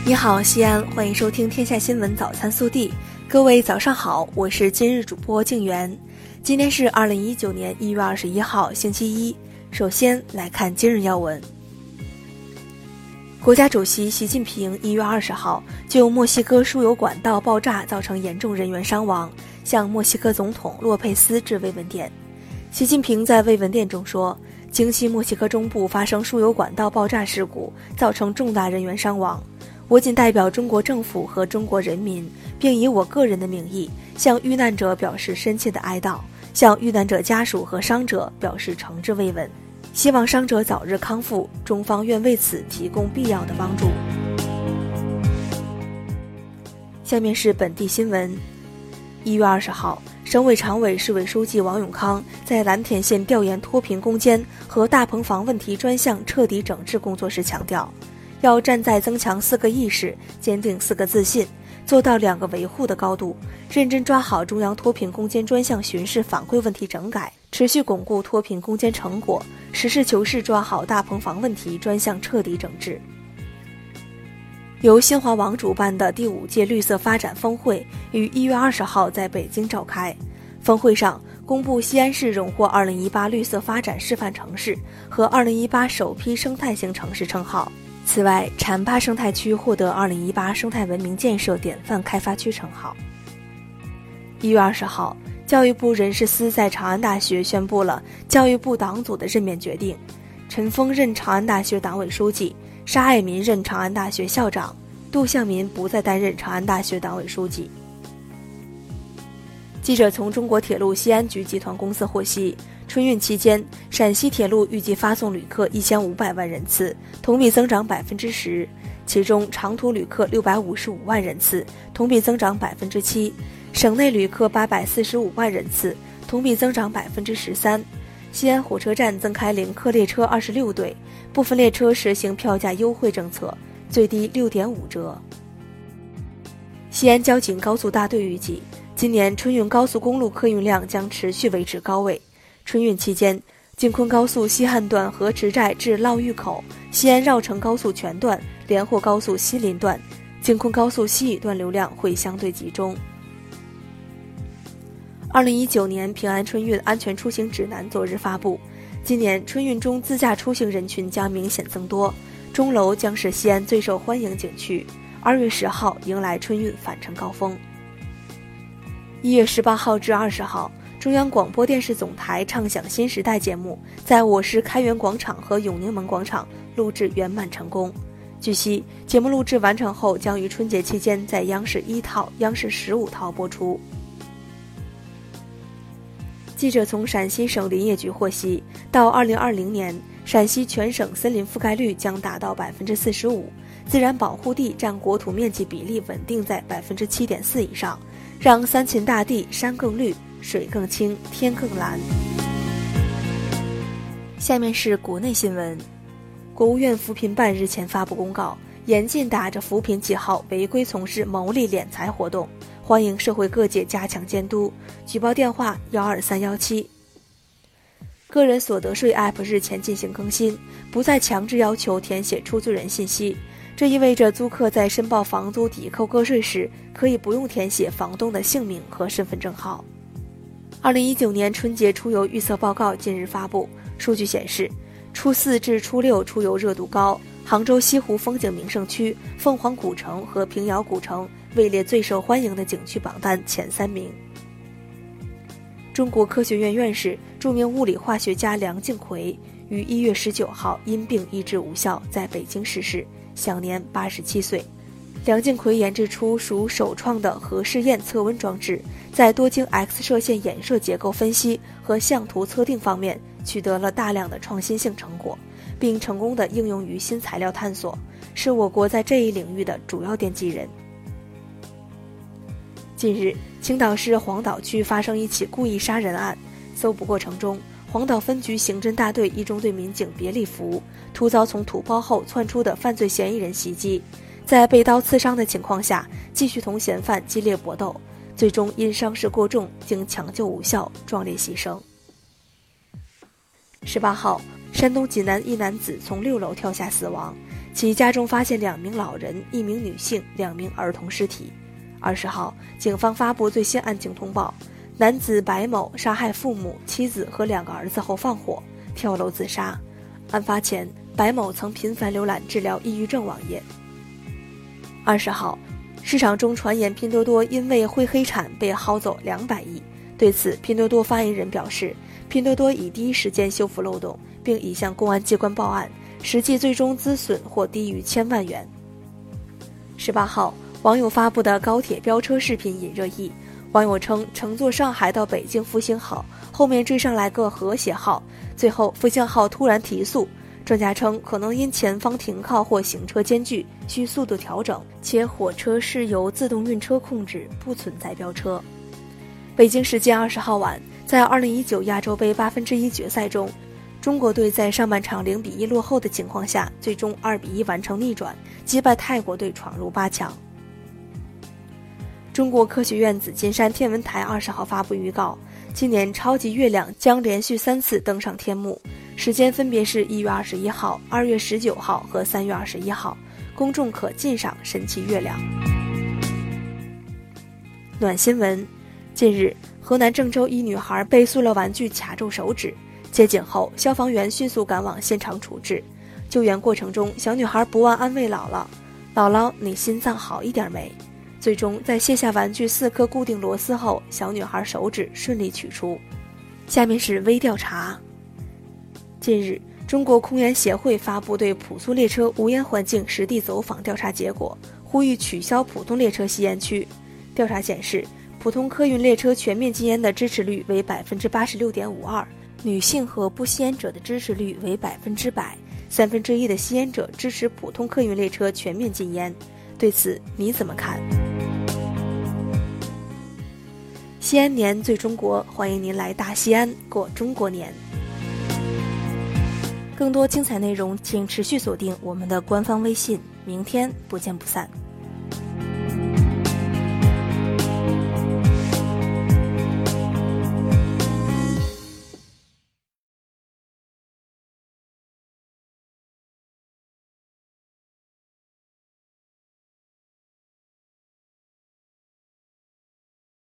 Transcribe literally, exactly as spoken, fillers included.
你好，西安，欢迎收听天下新闻早餐速递。各位早上好，我是今日主播静媛。今天是二零一九年一月二十一号，星期一。首先来看今日要闻。国家主席习近平一月二十号就墨西哥输油管道爆炸造成严重人员伤亡，向墨西哥总统洛佩斯致慰问电。习近平在慰问电中说，京西墨西哥中部发生输油管道爆炸事故，造成重大人员伤亡。我谨代表中国政府和中国人民，并以我个人的名义，向遇难者表示深切的哀悼，向遇难者家属和伤者表示诚挚慰问，希望伤者早日康复，中方愿为此提供必要的帮助。下面是本地新闻。一月二十号，省委常委、市委书记王永康在蓝田县调研脱贫攻坚和大棚房问题专项彻底整治工作时强调，要站在增强四个意识、坚定四个自信、做到两个维护的高度，认真抓好中央脱贫攻坚专项巡视反馈问题整改，持续巩固脱贫攻坚成果，实事求是抓好大棚房问题专项彻底整治。由新华网主办的第五届绿色发展峰会于一月二十号在北京召开。峰会上公布西安市荣获二零一八绿色发展示范城市和二零一八首批生态型城市称号。此外，浐灞生态区获得二零一八生态文明建设典范开发区称号。一月二十号，教育部人事司在长安大学宣布了教育部党组的任免决定，陈峰任长安大学党委书记，沙爱民任长安大学校长，杜向民不再担任长安大学党委书记。记者从中国铁路西安局集团公司获悉，春运期间，陕西铁路预计发送旅客一千五百万人次，同比增长百分之十，其中长途旅客六百五十五万人次，同比增长百分之七，省内旅客八百四十五万人次，同比增长百分之十三。西安火车站增开零客列车二十六对，部分列车实行票价优惠政策，最低六点五折。西安交警高速大队预计，今年春运高速公路客运量将持续维持高位。春运期间，京昆高速西汉段河池寨至烙峪口、西安绕城高速全段、连霍高速西林段、京昆高速西乙段流量会相对集中。二零一九年平安春运安全出行指南昨日发布，今年春运中自驾出行人群将明显增多，钟楼将是西安最受欢迎景区。二月十号迎来春运返程高峰。一月十八号至二十号，中央广播电视总台畅享新时代节目在我市开元广场和永宁门广场录制圆满成功。据悉，节目录制完成后将于春节期间在央视一套、央视十五套播出。记者从陕西省林业局获悉，到二零二零年，陕西全省森林覆盖率将达到百分之四十五，自然保护地占国土面积比例稳定在百分之七点四以上，让三秦大地山更绿、水更清、天更蓝。下面是国内新闻。国务院扶贫办日前发布公告，严禁打着扶贫旗号违规从事牟利敛财活动，欢迎社会各界加强监督。举报电话幺二三幺七。个人所得税 App 日前进行更新，不再强制要求填写出租人信息，这意味着租客在申报房租抵扣个税时，可以不用填写房东的姓名和身份证号。二零一九年春节出游预测报告近日发布，数据显示，初四至初六出游热度高，杭州西湖风景名胜区、凤凰古城和平遥古城位列最受欢迎的景区榜单前三名。中国科学院院士、著名物理化学家梁敬奎于一月十九号因病医治无效，在北京逝世，享年八十七岁。梁敬奎研制出属首创的核试验测温装置，在多晶 X 射线衍射结构分析和相图测定方面取得了大量的创新性成果，并成功地应用于新材料探索，是我国在这一领域的主要奠基人。近日，青岛市黄岛区发生一起故意杀人案，搜捕过程中，黄岛分局刑侦大队一中队民警别利福突遭从土包后窜出的犯罪嫌疑人袭击，在被刀刺伤的情况下，继续同嫌犯激烈搏斗，最终因伤势过重，经抢救无效，壮烈牺牲。十八号，山东济南一男子从六楼跳下死亡， 其家中发现两名老人、一名女性、两名儿童尸体。二十号，警方发布最新案情通报：男子白某杀害父母、妻子和两个儿子后放火，跳楼自杀。案发前，白某曾频繁浏览治疗抑郁症网页。二十号，市场中传言拼多多因为会黑产被薅走两百亿。对此，拼多多发言人表示，拼多多已第一时间修复漏洞，并已向公安机关报案，实际最终资损或低于千万元。十八号，网友发布的高铁飙车视频引热议。网友称，乘坐上海到北京复兴号，后面追上来个和谐号，最后复兴号突然提速。专家称，可能因前方停靠或行车间距，需速度调整，且火车是由自动运车控制，不存在飙车。北京时间二十号晚，在二零一九亚洲杯八分之一决赛中，中国队在上半场零比一落后的情况下，最终二比一完成逆转，击败泰国队闯入八强。中国科学院紫金山天文台二十号发布预告，今年超级月亮将连续三次登上天幕，时间分别是一月二十一号、二月十九号和三月二十一号，公众可鉴赏神奇月亮。暖新闻：近日，河南郑州一女孩被塑料玩具卡住手指，接警后，消防员迅速赶往现场处置。救援过程中，小女孩不忘安慰姥姥：“姥姥，你心脏好一点没？”最终，在卸下玩具四颗固定螺丝后，小女孩手指顺利取出。下面是微调查。近日，中国空烟协会发布对普速列车无烟环境实地走访调查结果，呼吁取消普通列车吸烟区。调查显示，普通客运列车全面禁烟的支持率为百分之八十六点五二，女性和不吸烟者的支持率为百分之百，三分之一的吸烟者支持普通客运列车全面禁烟。对此你怎么看？西安年最中国，欢迎您来大西安过中国年。更多精彩内容，请持续锁定我们的官方微信。明天不见不散。